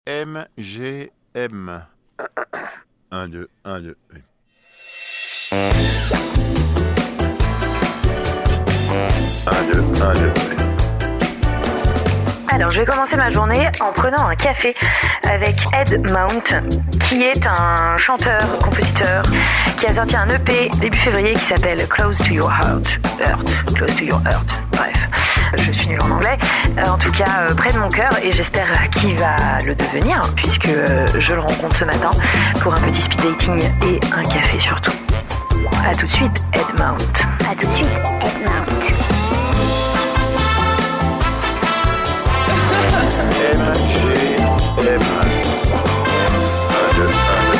MGM. 1, 2, 1, 2. Alors, je vais commencer ma journée en prenant un café avec Ed Mount, qui est un chanteur, compositeur, qui a sorti un EP début février qui s'appelle Close to Your Heart. Close to Your Heart. Bref, je suis nulle en anglais. En tout cas, près de mon cœur, et j'espère qu'il va le devenir, puisque je le rencontre ce matin pour un petit speed dating et un café surtout. A tout de suite, Ed Mount. A tout de suite, Ed Mount. MGM. 1, 2, 1, 2.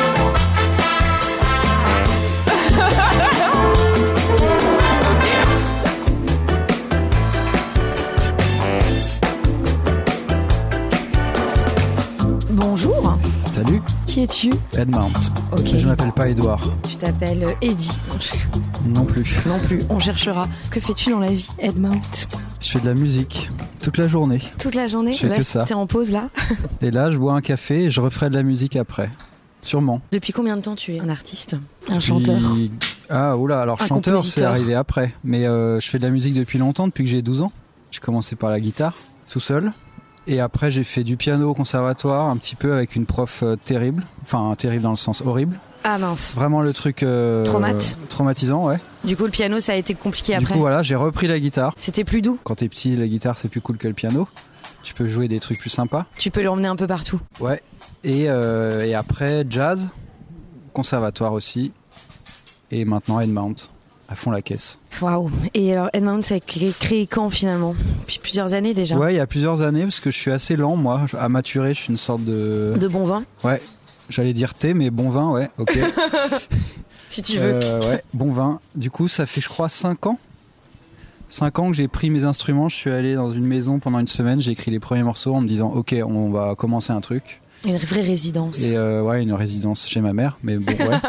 Bonjour. Salut, Qui es-tu? Ed Mount. Ok. Je m'appelle pas Edouard. Tu t'appelles Eddie. Non plus. Non plus, on cherchera. Que fais-tu dans la vie, Ed Mount? Je fais de la musique toute la journée. Toute la journée? Je fais Là, que ça. T'es en pause là? Et là, je bois un café et je referai de la musique après. Sûrement. Depuis combien de temps tu es un artiste? Un chanteur? Ah, oula, alors Un chanteur, c'est compositeur. arrivé après. Mais je fais de la musique depuis longtemps, depuis que j'ai 12 ans. J'ai commencé par la guitare, tout seul. Et après, j'ai fait du piano au conservatoire, un petit peu avec une prof terrible. Enfin, terrible dans le sens horrible. Ah mince. Vraiment le truc... traumatisant, ouais. Du coup, le piano, ça a été compliqué Du après? coup, voilà, j'ai repris la guitare. C'était plus doux? Quand t'es petit, la guitare, c'est plus cool que le piano. Tu peux jouer des trucs plus sympas. Tu peux l'emmener un peu partout? Ouais. Et après, jazz, conservatoire aussi. Et maintenant, Ed Mount, à fond la caisse. Waouh. Et alors, Ed Mount, ça a été créé quand finalement? Depuis plusieurs années déjà? Ouais, il y a plusieurs années, parce que je suis assez lent, moi. À maturer, je suis une sorte de... De bon vin? Ouais. J'allais dire thé, mais bon vin, ouais, ok. Si tu veux. Ouais, bon vin. Du coup, ça fait, je crois, 5 ans. 5 ans que j'ai pris mes instruments. Je suis allé dans une maison pendant une semaine. J'ai écrit les premiers morceaux en me disant, ok, on va commencer un truc. Une vraie résidence. Et ouais, une résidence chez ma mère, mais bon, ouais.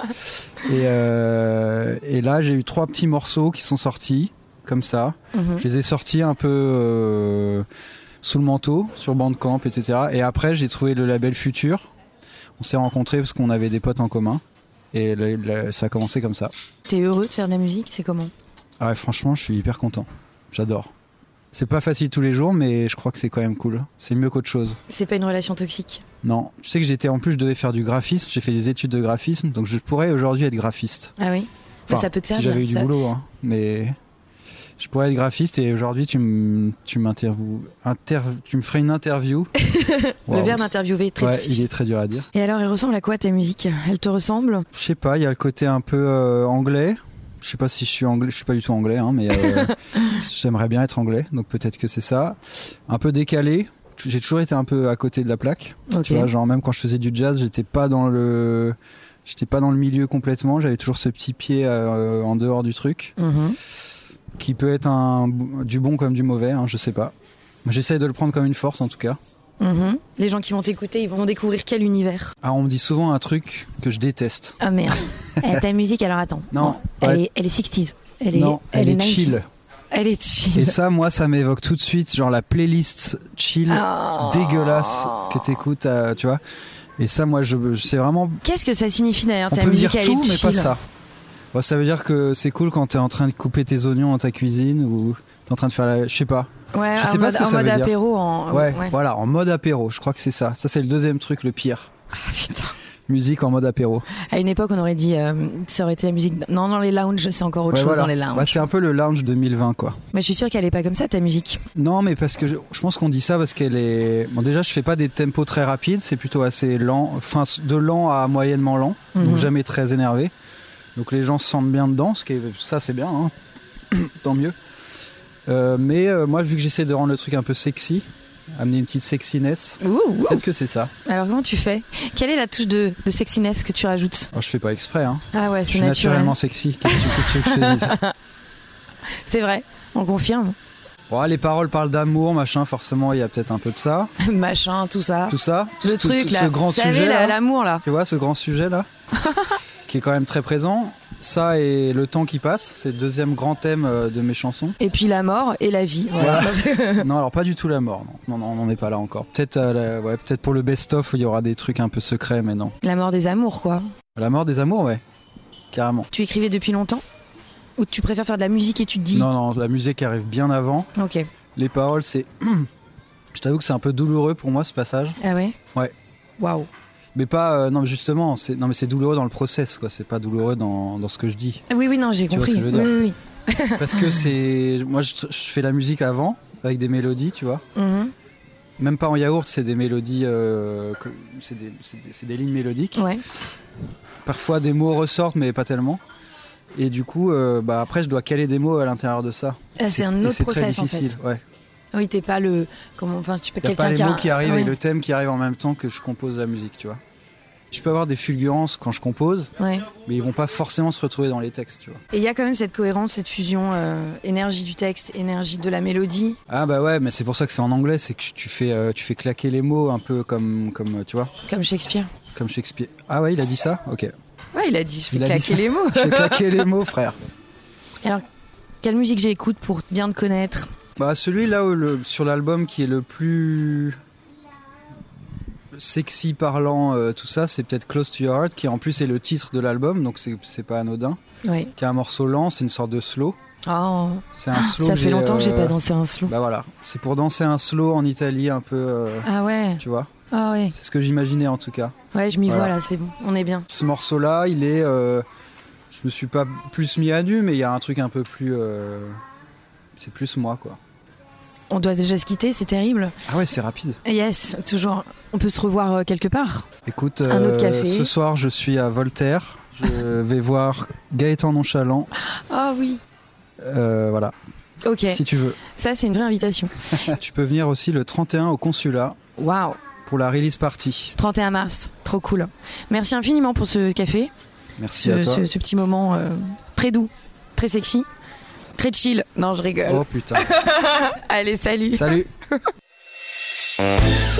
Et là, j'ai eu 3 petits morceaux qui sont sortis, comme ça. Mhm. Je les ai sortis un peu sous le manteau, sur Bandcamp, etc. Et après, j'ai trouvé le label Futur. On s'est rencontrés parce qu'on avait des potes en commun. Et là, ça a commencé comme ça. T'es heureux de faire de la musique? C'est comment? Ah ouais, franchement, je suis hyper content. J'adore. C'est pas facile tous les jours, mais je crois que c'est quand même cool. C'est mieux qu'autre chose. C'est pas une relation toxique? Non. Tu sais que je devais faire du graphisme. J'ai fait des études de graphisme. Donc je pourrais aujourd'hui être graphiste. Ah oui? Enfin, Ça peut te si servir. j'avais eu du ça... boulot, hein. Mais je pourrais être graphiste et aujourd'hui tu me ferais une interview. Le Waouh. verbe interviewer est très Ouais, difficile. il est très dur à dire. Et alors, elle ressemble à quoi ta musique? Elle te ressemble? Je sais pas, il y a le côté un peu anglais. Je sais pas si je suis anglais, je suis pas du tout anglais, hein, mais j'aimerais bien être anglais, donc peut-être que c'est ça. Un peu décalé. J'ai toujours été un peu à côté de la plaque. Ok. Tu vois, genre même quand je faisais du jazz, j'étais pas dans le milieu complètement. J'avais toujours ce petit pied en dehors du truc, Mhm. qui peut être du bon comme du mauvais, hein, je sais pas. J'essaye de le prendre comme une force en tout cas. Mhm. Les gens qui vont t'écouter, ils vont découvrir quel univers? Ah, on me dit souvent un truc que je déteste. Ah merde. Ta musique, alors attends. Non, Elle est 60s. Elle est 90s. chill. Elle est chill. Et ça, moi, ça m'évoque tout de suite, genre la playlist chill, dégueulasse que t'écoutes, tu vois. Et ça, moi, c'est vraiment... Qu'est-ce que ça signifie d'ailleurs On ta peut me musique? dire Elle tout, est mais chill. pas ça. Bon, ça veut dire que c'est cool quand t'es en train de couper tes oignons dans ta cuisine ou t'es en train de faire la... Je sais pas. Ouais, Je sais pas ce que en ça mode veut dire. apéro. Ouais, voilà, en mode apéro. Je crois que c'est ça. Ça, c'est le deuxième truc, le pire. Ah, putain. Musique en mode apéro. À une époque, on aurait dit ça aurait été la musique. Non, dans les lounges, c'est encore autre Ouais, chose voilà. dans les lounges. Ouais, c'est un peu le lounge 2020, quoi. Mais je suis sûre qu'elle est pas comme ça, ta musique. Non, mais parce que je pense qu'on dit ça parce qu'elle est... Bon, déjà, je fais pas des tempos très rapides, c'est plutôt assez lent, enfin, de lent à moyennement lent, Mhm. donc jamais très énervé. Donc les gens se sentent bien dedans, ça c'est bien, hein. Tant mieux. Mais moi, vu que j'essaie de rendre le truc un peu sexy, amener une petite sexiness, Ouh. peut-être que c'est ça. Alors comment tu fais? Quelle est la touche de sexiness que tu rajoutes? Alors, je fais pas exprès, hein. Ah ouais, Je c'est suis naturel. naturellement sexy, qu'est-ce que je te dise? C'est vrai, on confirme. Bon, les paroles parlent d'amour, machin, forcément, il y a peut-être un peu de ça. Machin, tout ça. Tout ça, Le truc là. ce grand Vous savez, sujet là. l'amour là. Tu vois, ce grand sujet là, qui est quand même très présent. Ça et le temps qui passe, c'est le deuxième grand thème de mes chansons. Et puis la mort et la vie. Voilà. Non, alors pas du tout la mort, non, on n'en est pas là encore. Peut-être peut-être pour le best-of, il y aura des trucs un peu secrets, mais non. La mort des amours, quoi. La mort des amours, ouais, carrément. Tu écrivais depuis longtemps ? Ou tu préfères faire de la musique et tu te dis... Non, la musique arrive bien avant. Ok. Les paroles, c'est... Je t'avoue que c'est un peu douloureux pour moi, ce passage. Ah ouais ? Ouais. Waouh. Mais pas... non, justement, c'est douloureux dans le process, quoi. C'est pas douloureux dans ce que je dis. Oui, non, j'ai compris. Tu vois ce que je veux dire ? Oui. Parce que c'est... Moi, je fais la musique avant, avec des mélodies, tu vois. Mhm. Même pas en yaourt, c'est des mélodies... c'est des lignes mélodiques. Ouais. Parfois, des mots ressortent, mais pas tellement. Et du coup, après, je dois caler des mots à l'intérieur de ça. Ah, c'est un autre process, en fait. C'est très difficile, ouais. Oui, t'es pas le... Enfin, tu peux Il n'y a quelqu'un pas les mots qui arrivent ouais. et le thème qui arrive en même temps que je compose la musique, tu vois. Je peux avoir des fulgurances quand je compose, ouais. mais ils vont pas forcément se retrouver dans les textes, tu vois. Et il y a quand même cette cohérence, cette fusion, énergie du texte, énergie de la mélodie. Ah bah ouais, mais c'est pour ça que c'est en anglais, c'est que tu fais claquer les mots un peu comme tu vois. Comme Shakespeare. Comme Shakespeare. Ah ouais, il a dit ça ? Ok. Ouais, il a dit, je fais claquer les mots. Je fais claquer les mots, frère. Alors, quelle musique j'écoute pour bien te connaître ? Bah celui-là sur l'album qui est le plus sexy, parlant, tout ça, c'est peut-être Close to Your Heart, qui en plus est le titre de l'album, donc c'est pas anodin. Ouais. Qui est un morceau lent, c'est une sorte de slow. Oh. C'est un slow. Ça fait longtemps que j'ai pas dansé un slow. Bah voilà, c'est pour danser un slow en Italie un peu. Ah ouais. Tu vois. Ah ouais. C'est ce que j'imaginais en tout cas. Ouais, je m'y vois là, c'est bon, on est bien. Ce morceau-là, il est. Je me suis pas plus mis à nu, mais il y a un truc un peu plus. C'est plus moi, quoi. On doit déjà se quitter, c'est terrible. Ah ouais, c'est rapide. Yes, toujours. On peut se revoir quelque part. Écoute, un autre café. Ce soir, je suis à Voltaire. Je vais voir Gaëtan Nonchalant. Ah oui. Voilà. Ok. Si tu veux. Ça, c'est une vraie invitation. Tu peux venir aussi le 31 au consulat. Waouh. Pour la release party. 31 mars, trop cool. Merci infiniment pour ce café. Merci à toi. Ce petit moment très doux, très sexy, très chill. Non, je rigole. Oh putain. Allez, salut. Salut.